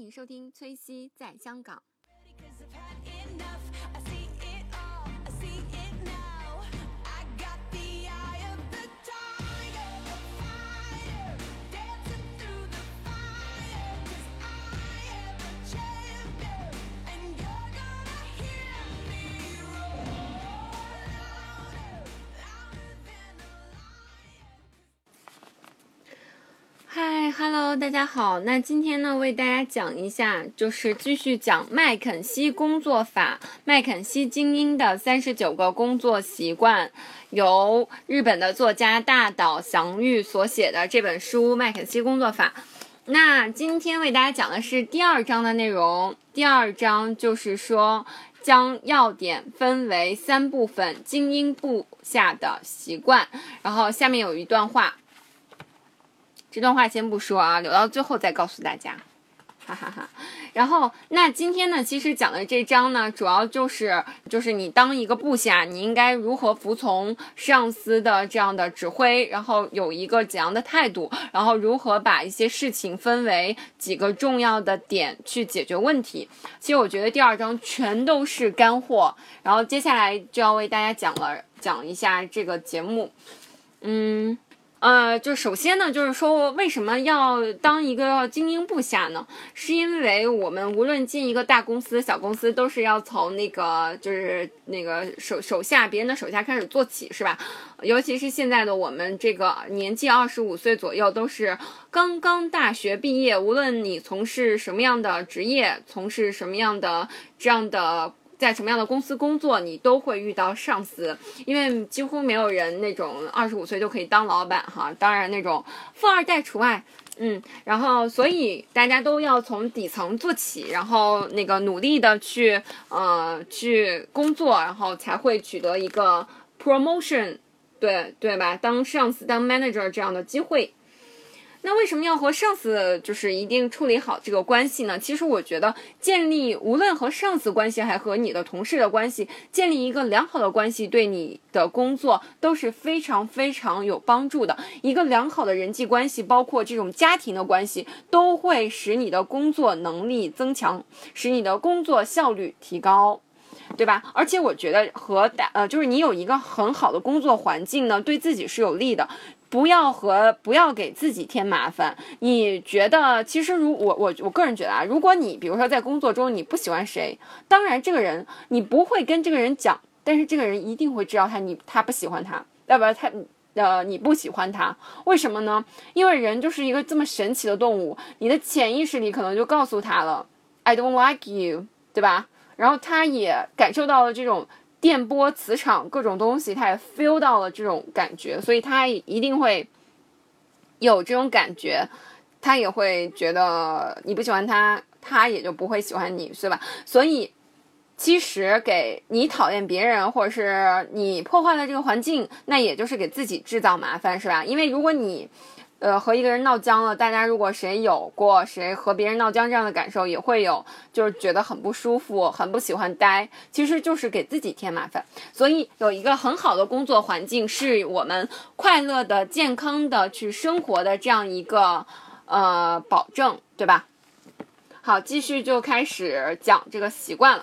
迎收听崔西在香港。Hello， 大家好。那今天呢，为大家讲一下，就是继续讲麦肯锡工作法，麦肯锡精英的39个工作习惯，由日本的作家大岛祥玉所写的这本书《麦肯锡工作法》。那今天为大家讲的是第2章的内容。第2章就是说，将要点分为3部分，精英部下的习惯。然后下面有一段话。这段话先不说啊，留到最后再告诉大家，哈哈哈。然后，那今天呢，其实讲的这章呢，主要就是你当一个部下，你应该如何服从上司的这样的指挥，然后有一个怎样的态度，然后如何把一些事情分为几个重要的点去解决问题。其实我觉得第2章全都是干货，然后接下来就要为大家讲一下这个节目，就首先呢，就是说为什么要当一个精英部下呢？是因为我们无论进一个大公司、小公司，都是要从就是手下别人的手下开始做起，是吧？尤其是现在的我们这个年纪25岁左右，都是刚刚大学毕业，无论你从事什么样的职业，从事什么样的这样的。在什么样的公司工作，你都会遇到上司，因为几乎没有人那种25岁就可以当老板哈，当然那种富二代除外，然后所以大家都要从底层做起，然后努力的去工作，然后才会取得一个 promotion， 对吧？当上司、当 manager 这样的机会。那为什么要和上司就是一定处理好这个关系呢？其实我觉得建立无论和上司关系还和你的同事的关系，建立一个良好的关系对你的工作都是非常非常有帮助的。一个良好的人际关系，包括这种家庭的关系，都会使你的工作能力增强，使你的工作效率提高，对吧？而且我觉得就是你有一个很好的工作环境呢，对自己是有利的。不要给自己添麻烦。你觉得，其实我个人觉得啊，如果你比如说在工作中你不喜欢谁，当然这个人你不会跟这个人讲，但是这个人一定会知道他不喜欢他，要不然你不喜欢他，为什么呢？因为人就是一个这么神奇的动物，你的潜意识里可能就告诉他了 I don't like you， 对吧？然后他也感受到了这种电波、磁场各种东西，他也 feel 到了这种感觉，所以他一定会有这种感觉，他也会觉得你不喜欢他，他也就不会喜欢你，是吧？所以其实给你讨厌别人，或者是你破坏了这个环境，那也就是给自己制造麻烦，是吧？因为如果你和一个人闹僵了，大家如果谁和别人闹僵这样的感受，也会有，就是觉得很不舒服，很不喜欢待，其实就是给自己添麻烦。所以有一个很好的工作环境，是我们快乐的、健康的去生活的这样一个保证，对吧？好，继续就开始讲这个习惯了。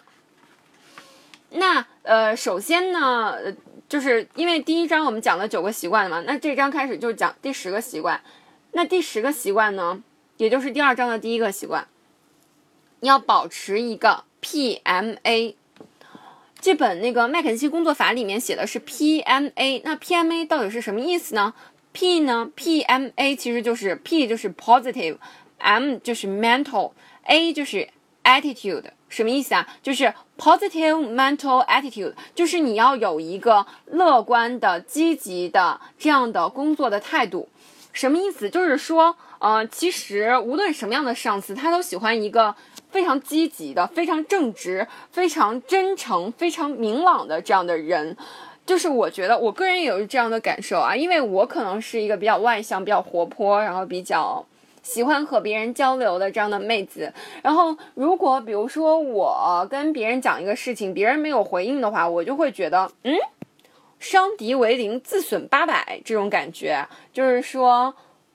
那首先呢，就是因为第1章我们讲了9个习惯嘛，那这章开始就讲第10个习惯。那第10个习惯呢，也就是第2章的第1个习惯，你要保持一个 PMA。这本麦肯锡工作法里面写的是 PMA， 那 PMA 到底是什么意思呢？ PMA 其实就是 P 就是 positive， M 就是 mental， A 就是 attitude。什么意思啊？就是 positive mental attitude， 就是你要有一个乐观的、积极的这样的工作的态度。什么意思？就是说，其实无论什么样的上司，他都喜欢一个非常积极的、非常正直、非常真诚、非常明朗的这样的人。就是我觉得我个人也有这样的感受啊，因为我可能是一个比较外向、比较活泼，然后比较喜欢和别人交流的这样的妹子。然后如果比如说我跟别人讲一个事情，别人没有回应的话，我就会觉得伤敌为零，自损800这种感觉，就是说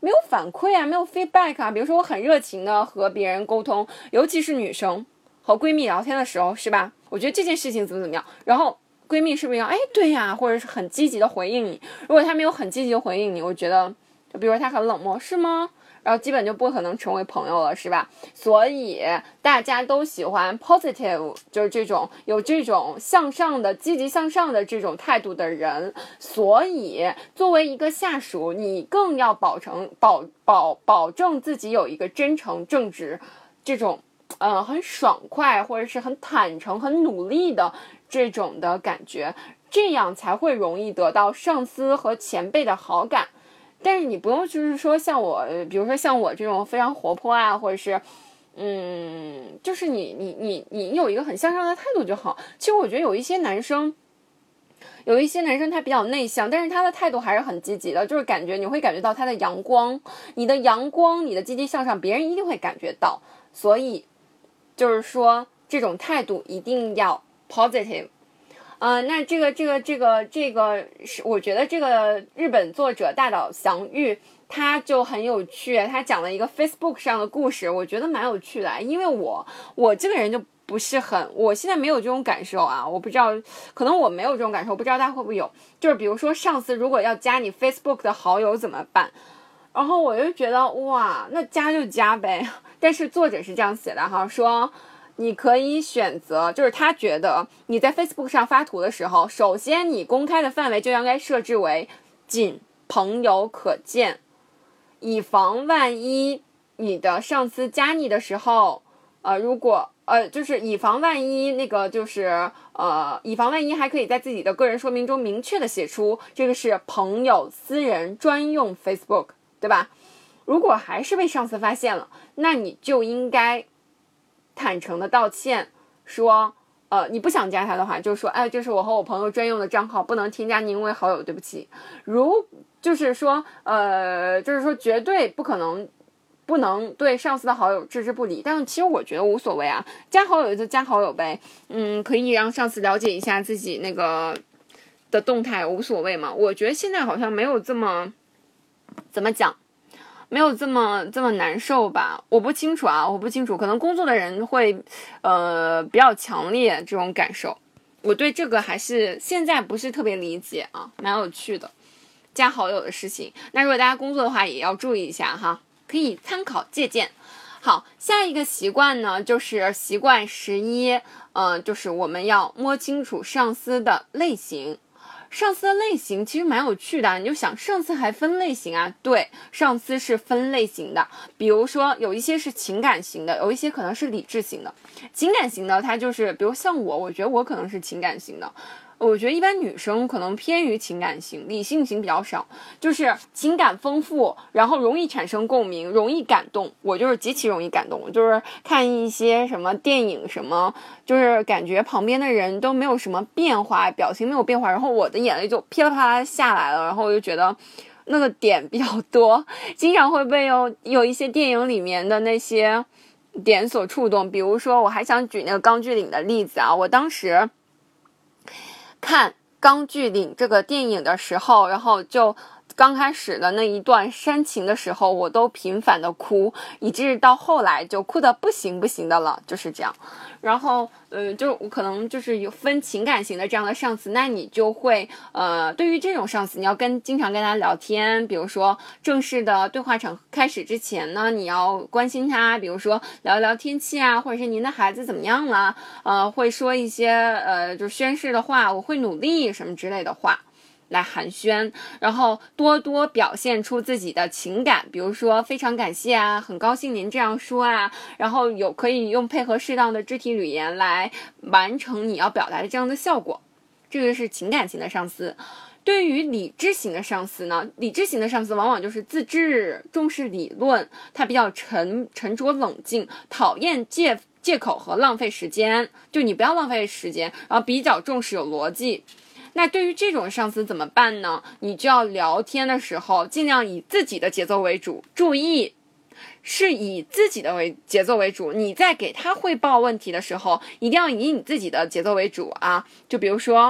没有反馈啊，没有 feedback 啊。比如说我很热情的和别人沟通，尤其是女生和闺蜜聊天的时候，是吧？我觉得这件事情怎么样，然后闺蜜是不是要对呀，或者是很积极的回应你。如果她没有很积极的回应你，我觉得就比如说她很冷漠，是吗？然后基本就不可能成为朋友了，是吧？所以大家都喜欢 positive， 就是这种有这种向上的积极向上的这种态度的人。所以作为一个下属，你更要保证自己有一个真诚正直这种很爽快或者是很坦诚很努力的这种的感觉，这样才会容易得到上司和前辈的好感。但是你不用就是说像我，比如说像我这种非常活泼啊，或者是就是你有一个很向上的态度就好。其实我觉得有一些男生他比较内向，但是他的态度还是很积极的，就是你会感觉到他的阳光，你的阳光，你的积极向上，别人一定会感觉到。所以就是说这种态度一定要 positive。那这个是我觉得这个日本作者大岛祥玉他就很有趣，他讲了一个 Facebook 上的故事，我觉得蛮有趣的。因为我这个人就不是我现在没有这种感受啊，我不知道，可能我没有这种感受，不知道他会不会有。就是比如说上司如果要加你 Facebook 的好友怎么办？然后我就觉得哇，那加就加呗。但是作者是这样写的哈，说你可以选择，就是他觉得你在 Facebook 上发图的时候，首先你公开的范围就应该设置为仅朋友可见，以防万一你的上司加你的时候，就是以防万一以防万一还可以在自己的个人说明中明确的写出这个是朋友私人专用 Facebook， 对吧？如果还是被上司发现了，那你就应该坦诚的道歉，说你不想加他的话，就说这是我和我朋友专用的账号，不能添加您为好友，对不起。就是说绝对不能对上司的好友置之不理。但是其实我觉得无所谓啊，加好友就加好友呗，可以让上司了解一下自己那个的动态，无所谓嘛。我觉得现在好像没有这么怎么讲，没有这么难受吧？我不清楚，可能工作的人会比较强烈这种感受。我对这个还是现在不是特别理解啊，蛮有趣的加好友的事情。那如果大家工作的话也要注意一下哈，可以参考借鉴。好，下一个习惯呢就是习惯11，就是我们要摸清楚上司的类型。上司的类型其实蛮有趣的，你就想上司还分类型啊？对，上司是分类型的。比如说有一些是情感型的，有一些可能是理智型的。情感型的它就是比如像我觉得我可能是情感型的。我觉得一般女生可能偏于情感型，理性型比较少，就是情感丰富，然后容易产生共鸣，容易感动。我就是极其容易感动，就是看一些什么电影什么，就是感觉旁边的人都没有什么变化，表情没有变化，然后我的眼泪就噼里啪啦下来了，然后我就觉得那个点比较多，经常会被有一些电影里面的那些点所触动。比如说我还想举那个钢锯岭的例子啊，我当时看钢锯岭这个电影的时候，然后就刚开始的那一段煽情的时候，我都频繁的哭，以致到后来就哭得不行的了，就是这样。然后就我可能就是有分情感型的这样的上司，那你就会对于这种上司，你要经常跟他聊天，比如说正式的对话场开始之前呢，你要关心他，比如说聊一聊天气啊，或者是您的孩子怎么样了，会说一些就宣誓的话，我会努力什么之类的话来寒暄，然后多多表现出自己的情感，比如说非常感谢啊，很高兴您这样说啊，然后可以用配合适当的肢体语言来完成你要表达的这样的效果。这个是情感型的上司。对于理智型的上司呢，理智型的上司往往就是自制，重视理论，他比较沉着冷静，讨厌借口和浪费时间，就你不要浪费时间，然后比较重视有逻辑。那对于这种上司怎么办呢？你就要聊天的时候尽量以自己的节奏为主，注意是以自己的节奏为主。你在给他汇报问题的时候，一定要以你自己的节奏为主啊。就比如说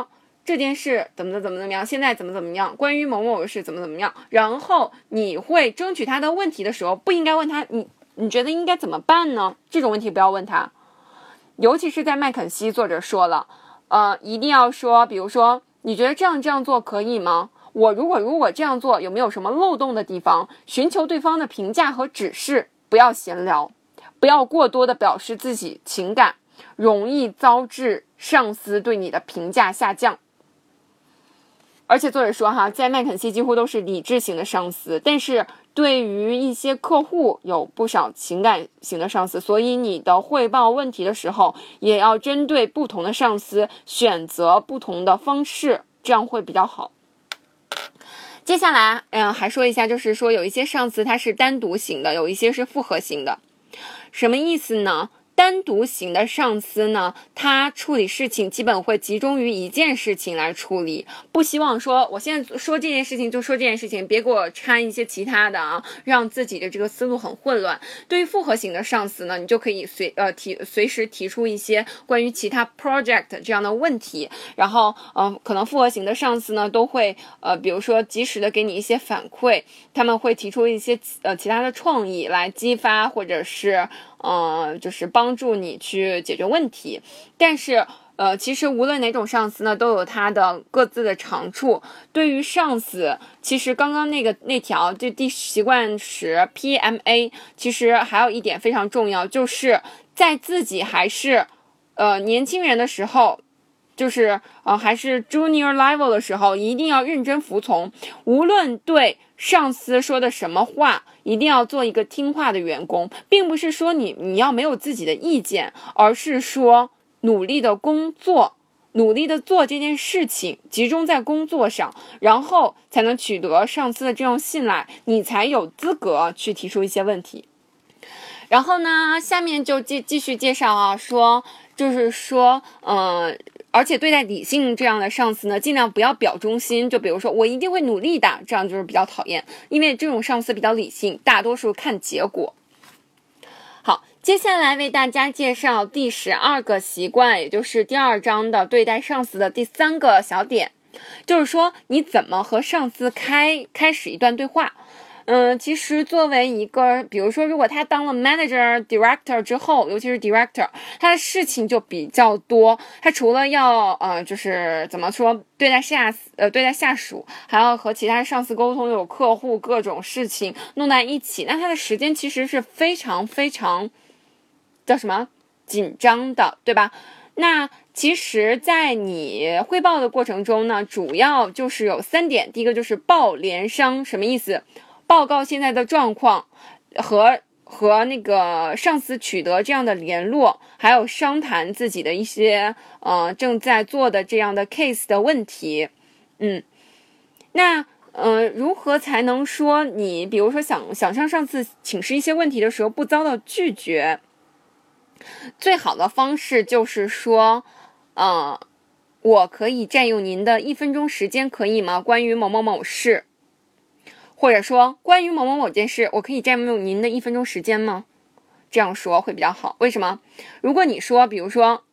这件事怎么样，现在怎么样，关于某某的事怎么样，然后你会争取他的问题的时候，不应该问他你觉得应该怎么办呢？这种问题不要问他。尤其是在麦肯锡，作者说了，一定要说，比如说你觉得这样做可以吗？我如果这样做有没有什么漏洞的地方？寻求对方的评价和指示，不要闲聊，不要过多的表示自己情感，容易遭致上司对你的评价下降。而且作者说在麦肯锡几乎都是理智型的上司，但是对于一些客户有不少情感型的上司，所以你的汇报问题的时候，也要针对不同的上司选择不同的方式，这样会比较好。接下来还说一下，就是说有一些上司他是单独型的，有一些是复合型的。什么意思呢？单独型的上司呢，他处理事情基本会集中于一件事情来处理，不希望说我现在说这件事情就说这件事情，别给我掺一些其他的让自己的这个思路很混乱。对于复合型的上司呢，你就可以随时提出一些关于其他 project 这样的问题，然后可能复合型的上司呢都会比如说及时的给你一些反馈，他们会提出一些其他的创意来激发或者是就是帮助你去解决问题。但是其实无论哪种上司呢，都有他的各自的长处。对于上司，其实刚刚那条就第习惯10 PMA， 其实还有一点非常重要，就是在自己还是年轻人的时候，就是还是 junior level 的时候，一定要认真服从，无论对上司说的什么话，一定要做一个听话的员工，并不是说你要没有自己的意见，而是说努力的工作，努力的做这件事情，集中在工作上，然后才能取得上司的这种信赖，你才有资格去提出一些问题。然后呢，下面就继续介绍就是说而且对待理性这样的上司呢，尽量不要表忠心，就比如说我一定会努力的，这样就是比较讨厌，因为这种上司比较理性，大多数看结果。好，接下来为大家介绍第12个习惯，也就是第2章的对待上司的第3个小点，就是说你怎么和上司开始一段对话。其实作为一个，比如说如果他当了 manager director 之后，尤其是 director， 他的事情就比较多，他除了要就是怎么说对待下属，还要和其他上司沟通，有客户各种事情弄在一起，那他的时间其实是非常非常叫什么紧张的，对吧？那其实在你汇报的过程中呢，主要就是有3点。第一个就是报联商，什么意思？报告现在的状况，和那个上司取得这样的联络，还有商谈自己的一些正在做的这样的 case 的问题。那如何才能说你比如说想向上司请示一些问题的时候不遭到拒绝？最好的方式就是说我可以占用您的1分钟时间，可以吗？关于某某某事，或者说关于某某某件事，我可以占用您的1分钟时间吗？这样说会比较好。为什么？如果你说比如说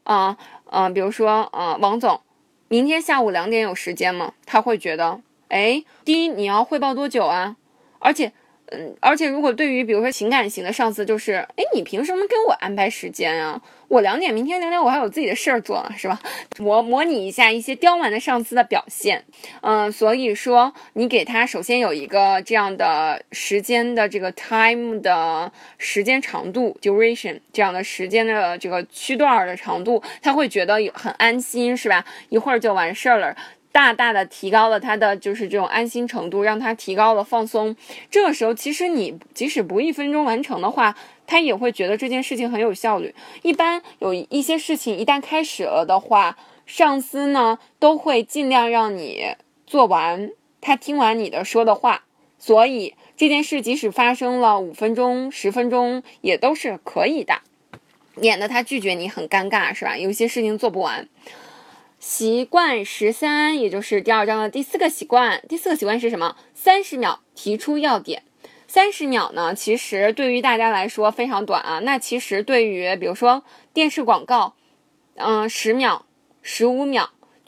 王总明天下午2点有时间吗？他会觉得第一你要汇报多久啊？而且如果对于比如说情感型的上司，就是你凭什么给我安排时间啊？我明天2点我还有自己的事儿做呢，是吧？模拟一下一些刁蛮的上司的表现。所以说你给他首先有一个这样的时间的这个 time 的时间长度 duration 这样的时间的这个区段的长度，他会觉得很安心，是吧？一会儿就完事儿了。大大的提高了他的就是这种安心程度，让他提高了放松。这个时候其实你即使不1分钟完成的话，他也会觉得这件事情很有效率。一般有一些事情一旦开始了的话，上司呢都会尽量让你做完，他听完你的说的话，所以这件事即使发生了5分钟10分钟也都是可以的，免得他拒绝你很尴尬，是吧？有些事情做不完。习惯13，也就是第2章的第4个习惯。第4个习惯是什么？30秒提出要点。30秒呢，其实对于大家来说非常短啊。那其实对于比如说电视广告，10秒、15秒，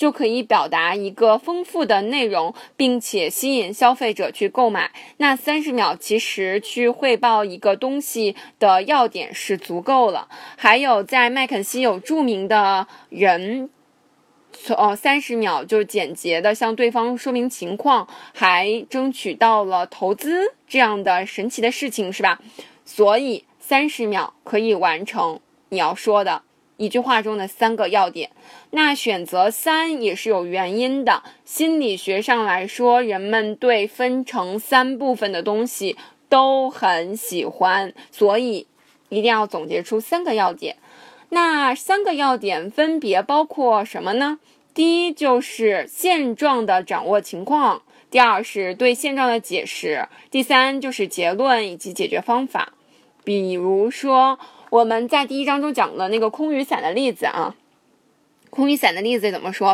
就可以表达一个丰富的内容，并且吸引消费者去购买。那30秒其实去汇报一个东西的要点是足够了。还有在麦肯锡有著名的人30秒就简洁的向对方说明情况，还争取到了投资这样的神奇的事情，是吧？所以30秒可以完成你要说的一句话中的3个要点。那选择3也是有原因的，心理学上来说，人们对分成3部分的东西都很喜欢，所以一定要总结出3个要点。那3个要点分别包括什么呢？第一就是现状的掌握情况，第二是对现状的解释，第三就是结论以及解决方法。比如说我们在第1章中讲的那个空雨伞的例子啊，空雨伞的例子怎么说？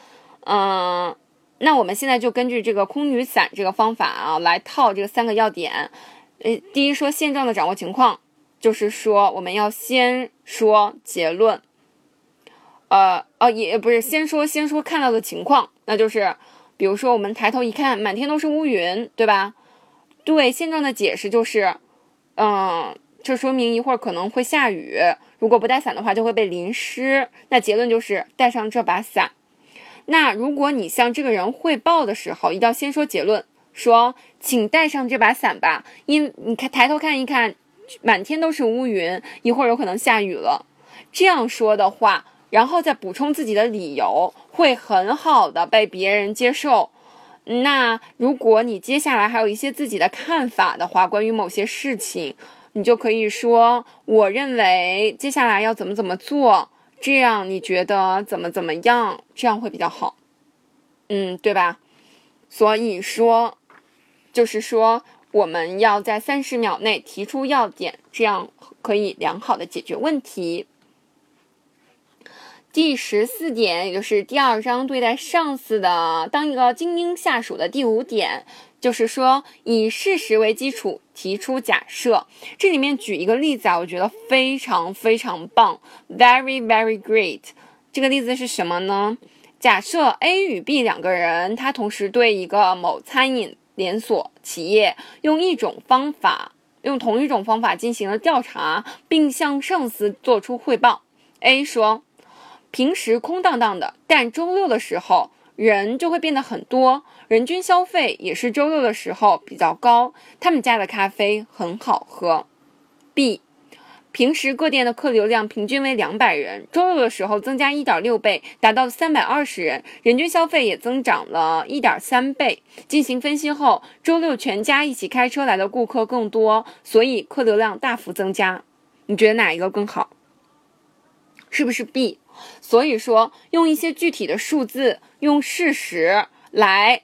那我们现在就根据这个空雨伞这个方法啊，来套这个3个要点。第一说现状的掌握情况，就是说我们要先说结论，也不是先说看到的情况，那就是比如说我们抬头一看，满天都是乌云，对吧？对现状的解释就是，这说明一会儿可能会下雨，如果不带伞的话就会被淋湿。那结论就是带上这把伞。那如果你向这个人汇报的时候，一定要先说结论，说请带上这把伞吧，你抬头看一看，满天都是乌云，一会儿有可能下雨了。这样说的话，然后再补充自己的理由，会很好的被别人接受。那如果你接下来还有一些自己的看法的话，关于某些事情，你就可以说我认为接下来要怎么做，这样你觉得怎么样，这样会比较好，对吧？所以说就是说我们要在30秒内提出要点，这样可以良好的解决问题。第14点，也就是第2章对待上司的当一个精英下属的第5点，就是说以事实为基础提出假设。这里面举一个例子啊，我觉得非常非常棒， very very great。 这个例子是什么呢？假设 A 与 B 2个人，他同时对一个某餐饮连锁企业用同一种方法进行了调查，并向上司做出汇报。 A 说平时空荡荡的，但周六的时候人就会变得很多，人均消费也是周六的时候比较高，他们家的咖啡很好喝。 B 平时各店的客流量平均为200人，周六的时候增加 1.6 倍，达到320人，人均消费也增长了 1.3 倍。进行分析后，周六全家一起开车来的顾客更多，所以客流量大幅增加。你觉得哪一个更好？是不是 B？ 所以说用一些具体的数字，用事实来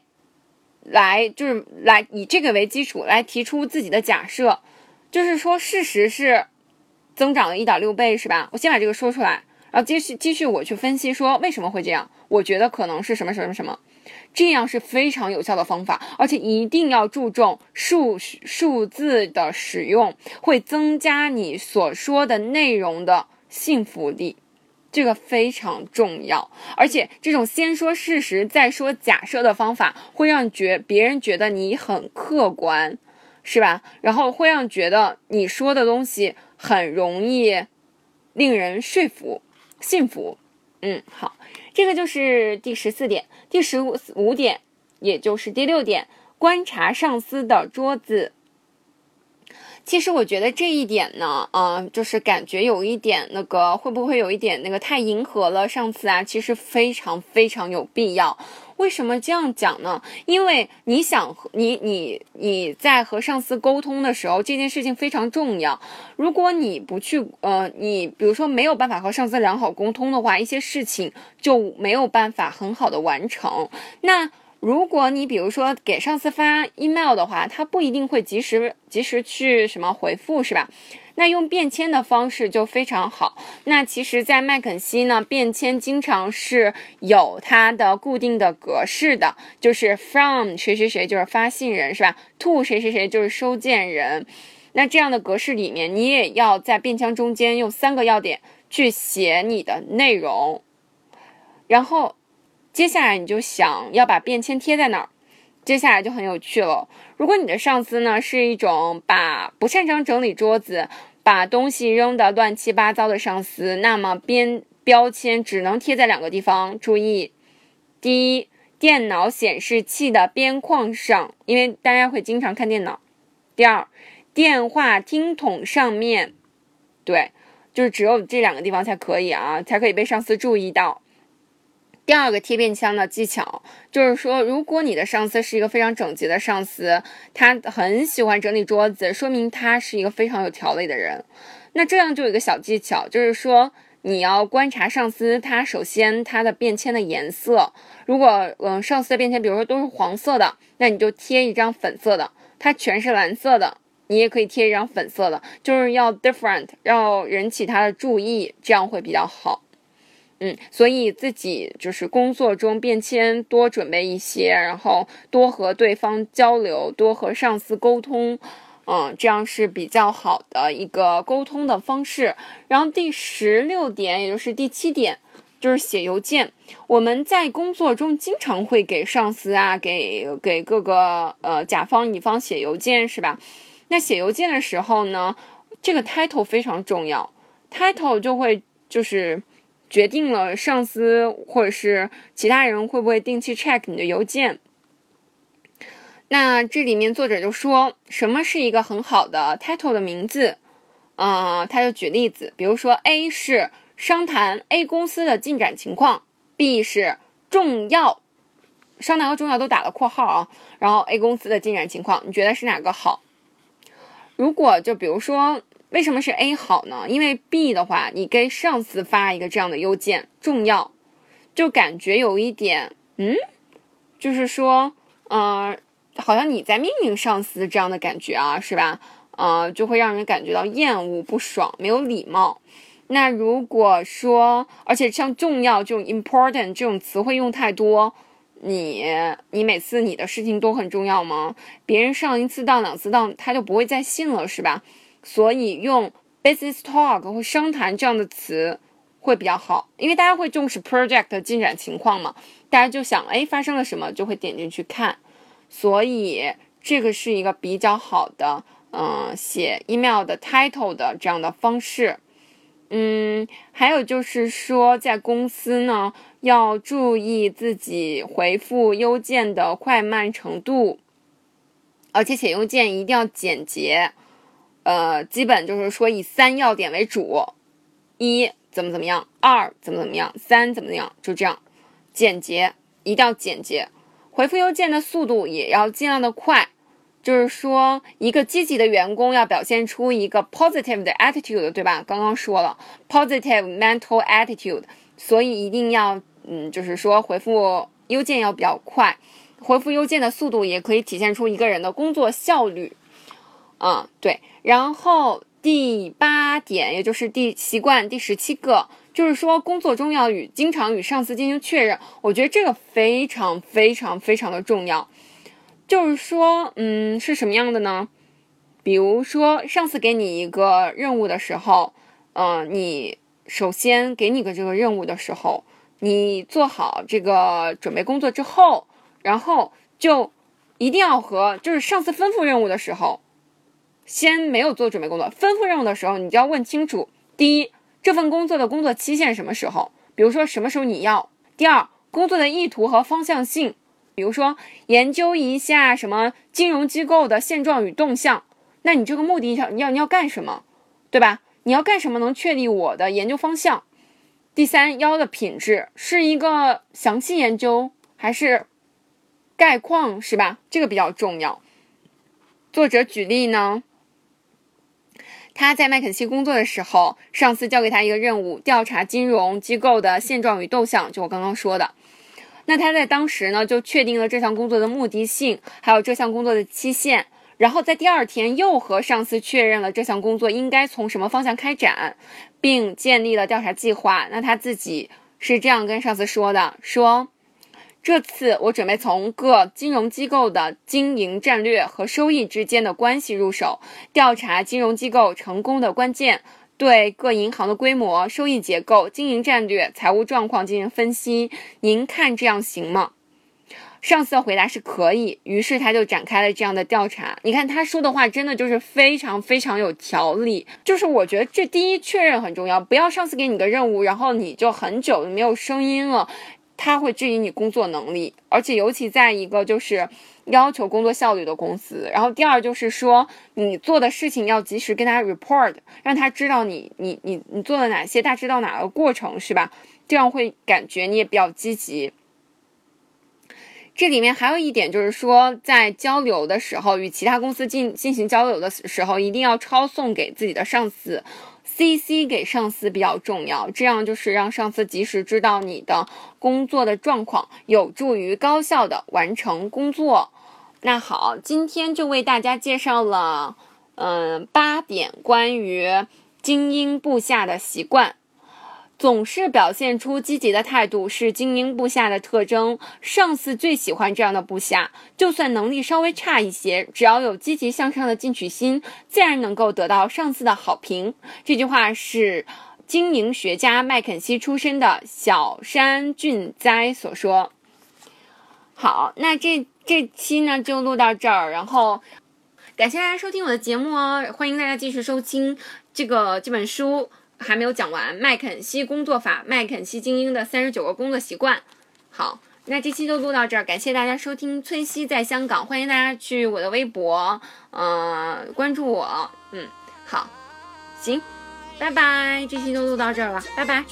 以这个为基础来提出自己的假设。就是说事实是增长了 1.6 倍，是吧？我先把这个说出来，然后继续我去分析说为什么会这样，我觉得可能是什么什么什么。这样是非常有效的方法，而且一定要注重数字的使用，会增加你所说的内容的信服力，这个非常重要。而且这种先说事实再说假设的方法，会让别人觉得你很客观，是吧？然后会让觉得你说的东西很容易令人说服信服。好，这个就是第14点。第15点，也就是第6点，观察上司的桌子。其实我觉得这一点呢，就是感觉有一点会不会有一点太迎合了上司啊？其实非常非常有必要。为什么这样讲呢？因为你在和上司沟通的时候，这件事情非常重要。如果你不去你比如说没有办法和上司良好沟通的话，一些事情就没有办法很好的完成。那如果你比如说给上司发 email 的话，他不一定会及时去回复，是吧？那用便签的方式就非常好。那其实在麦肯锡呢，便签经常是有它的固定的格式的，就是 from 谁谁谁就是发信人，是吧？ to 谁谁谁就是收件人。那这样的格式里面，你也要在便签中间用3个要点去写你的内容。然后接下来你就想要把便签贴在哪儿，接下来就很有趣了。如果你的上司呢是一种不擅长整理桌子，把东西扔得乱七八糟的上司，那么标签只能贴在2个地方。注意，第一，电脑显示器的边框上，因为大家会经常看电脑。第二，电话听筒上面，对，就是只有这2个地方才可以啊，才可以被上司注意到。第二个贴便签的技巧就是说，如果你的上司是一个非常整洁的上司，他很喜欢整理桌子，说明他是一个非常有条理的人。那这样就有一个小技巧，就是说你要观察上司，他首先他的便签的颜色，如果上司的便签比如说都是黄色的，那你就贴一张粉色的，他全是蓝色的，你也可以贴一张粉色的，就是要 different， 要引起他的注意，这样会比较好。所以自己就是工作中便签多准备一些，然后多和对方交流，多和上司沟通，这样是比较好的一个沟通的方式。然后第16点，也就是第7点，就是写邮件。我们在工作中经常会给上司啊，给各个甲方乙方写邮件，是吧？那写邮件的时候呢，这个 title 非常重要 ，title 就是决定了上司或者是其他人会不会定期 check 你的邮件。那这里面作者就说，什么是一个很好的 title 的名字？他就举例子，比如说 A 是商谈 A 公司的进展情况， B 是重要，商谈和重要都打了括号啊，然后 A 公司的进展情况，你觉得是哪个好？如果就比如说为什么是 A 好呢？因为 B 的话，你给上司发一个这样的邮件，重要，就感觉有一点，就是说，好像你在命令上司这样的感觉啊，是吧？就会让人感觉到厌恶、不爽、没有礼貌。那如果说，而且像重要这种 important 这种词汇用太多，你每次你的事情都很重要吗？别人上1次当2次当，他就不会再信了，是吧？所以用 business talk 或商谈这样的词会比较好，因为大家会重视 project 进展情况嘛，大家就想发生了什么，就会点进去看，所以这个是一个比较好的写 email 的 title 的这样的方式。还有就是说在公司呢，要注意自己回复邮件的快慢程度，而且写邮件一定要简洁。基本就是说以3要点为主，1怎么样，2怎么样，3怎么样，就这样简洁，一定要简洁。回复邮件的速度也要尽量的快，就是说一个积极的员工要表现出一个 positive 的 attitude， 对吧？刚刚说了 positive mental attitude， 所以一定要就是说回复邮件要比较快，回复邮件的速度也可以体现出一个人的工作效率。对。然后第8点，也就是习惯第17个，就是说工作中要经常与上司进行确认。我觉得这个非常非常非常的重要。就是说是什么样的呢？比如说上司给你一个任务的时候，你首先给你个这个任务的时候，你做好这个准备工作之后，然后就一定要就是上司吩咐任务的时候，先没有做准备工作，吩咐任务的时候你就要问清楚，第一，这份工作的工作期限什么时候，比如说什么时候你要。第二，工作的意图和方向性，比如说研究一下什么金融机构的现状与动向，那你这个目的上你要干什么，对吧？你要干什么能确立我的研究方向。第三，要的品质是一个详细研究还是概况，是吧？这个比较重要。作者举例呢，他在麦肯锡工作的时候，上司交给他一个任务，调查金融机构的现状与动向，就我刚刚说的。那他在当时呢，就确定了这项工作的目的性，还有这项工作的期限，然后在第2天又和上司确认了这项工作应该从什么方向开展，并建立了调查计划。那他自己是这样跟上司说的，说这次我准备从各金融机构的经营战略和收益之间的关系入手，调查金融机构成功的关键， 对各银行的规模、收益结构、经营战略、财务状况进行分析，您看这样行吗？上司的回答是可以，于是他就展开了这样的调查。你看他说的话真的就是非常非常有条理，就是我觉得这第一确认很重要，不要上司给你个任务，然后你就很久没有声音了，他会质疑你工作能力，而且尤其在一个就是要求工作效率的公司。然后第二就是说你做的事情要及时跟他 report， 让他知道你做了哪些，他知道哪个过程，是吧？这样会感觉你也比较积极。这里面还有一点就是说，在交流的时候，与其他公司进行交流的时候，一定要抄送给自己的上司， CC 给上司比较重要，这样就是让上司及时知道你的工作的状况，有助于高效的完成工作。那好，今天就为大家介绍了8点关于精英部下的习惯。总是表现出积极的态度是精英部下的特征，上司最喜欢这样的部下，就算能力稍微差一些，只要有积极向上的进取心，自然能够得到上司的好评。这句话是经营学家麦肯锡出身的小山俊哉所说。好，那这期呢就录到这儿，然后感谢大家收听我的节目哦，欢迎大家继续收听这本书。还没有讲完，麦肯锡工作法，麦肯锡精英的39个工作习惯。好，那这期就录到这儿，感谢大家收听崔西在香港，欢迎大家去我的微博关注我。好，行，拜拜，这期就录到这儿了，拜拜。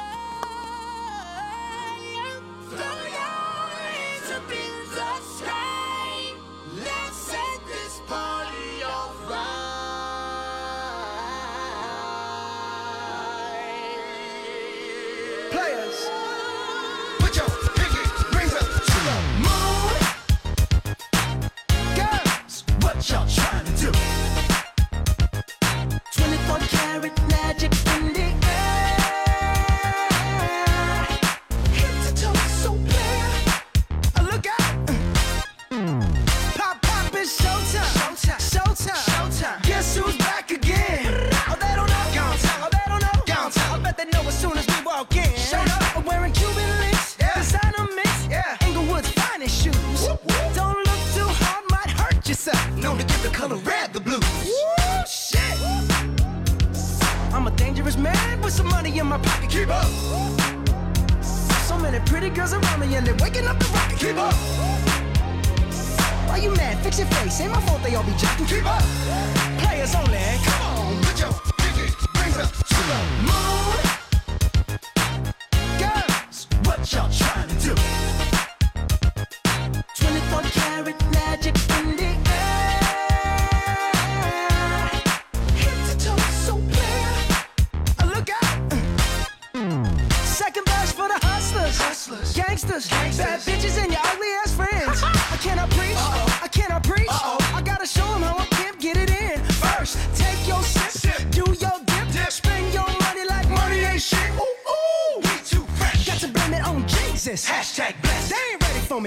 Bad bitches and your ugly ass friends. I cannot preach. I cannot preach. I gotta show them how a pimp get it in. First, take your sip, do your dip, spend your money like money ain't shit. Ooh, ooh, we too fresh. Got to blame it on Jesus. Hashtag blessed. They ain't ready for me.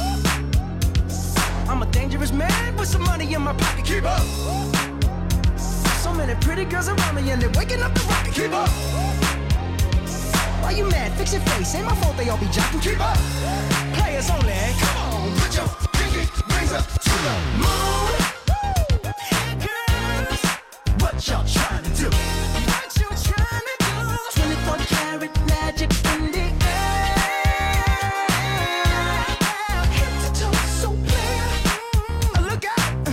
I'm a dangerous man with some money in my pocket. Keep up. So many pretty girls around me and they're waking up the rocket. Keep up. Why you mad? Fix your face. Ain't my fault they all be jocking. Keep up. Players only. Come on, put your pinky rings up to the moon. Girls, what y'all trying to do? What you trying to do? 24 karat magic in the air. Head to toe so clear. Look out.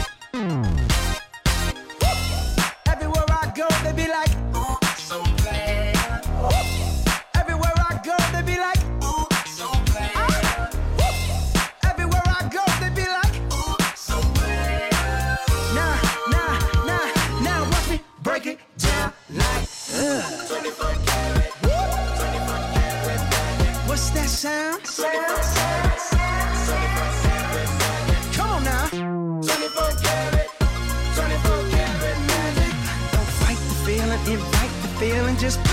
Everywhere I go, they be like, ooh, so clear. Everywhere I go, they be like, ooh, so clear. Everywhere I go, they be like, ooh, so clear. Now, watch me break it down like, 24 karat, 24 karat magic. What's that sound? Come on now. 24 karat magic. Don't fight the feeling, invite the feeling, just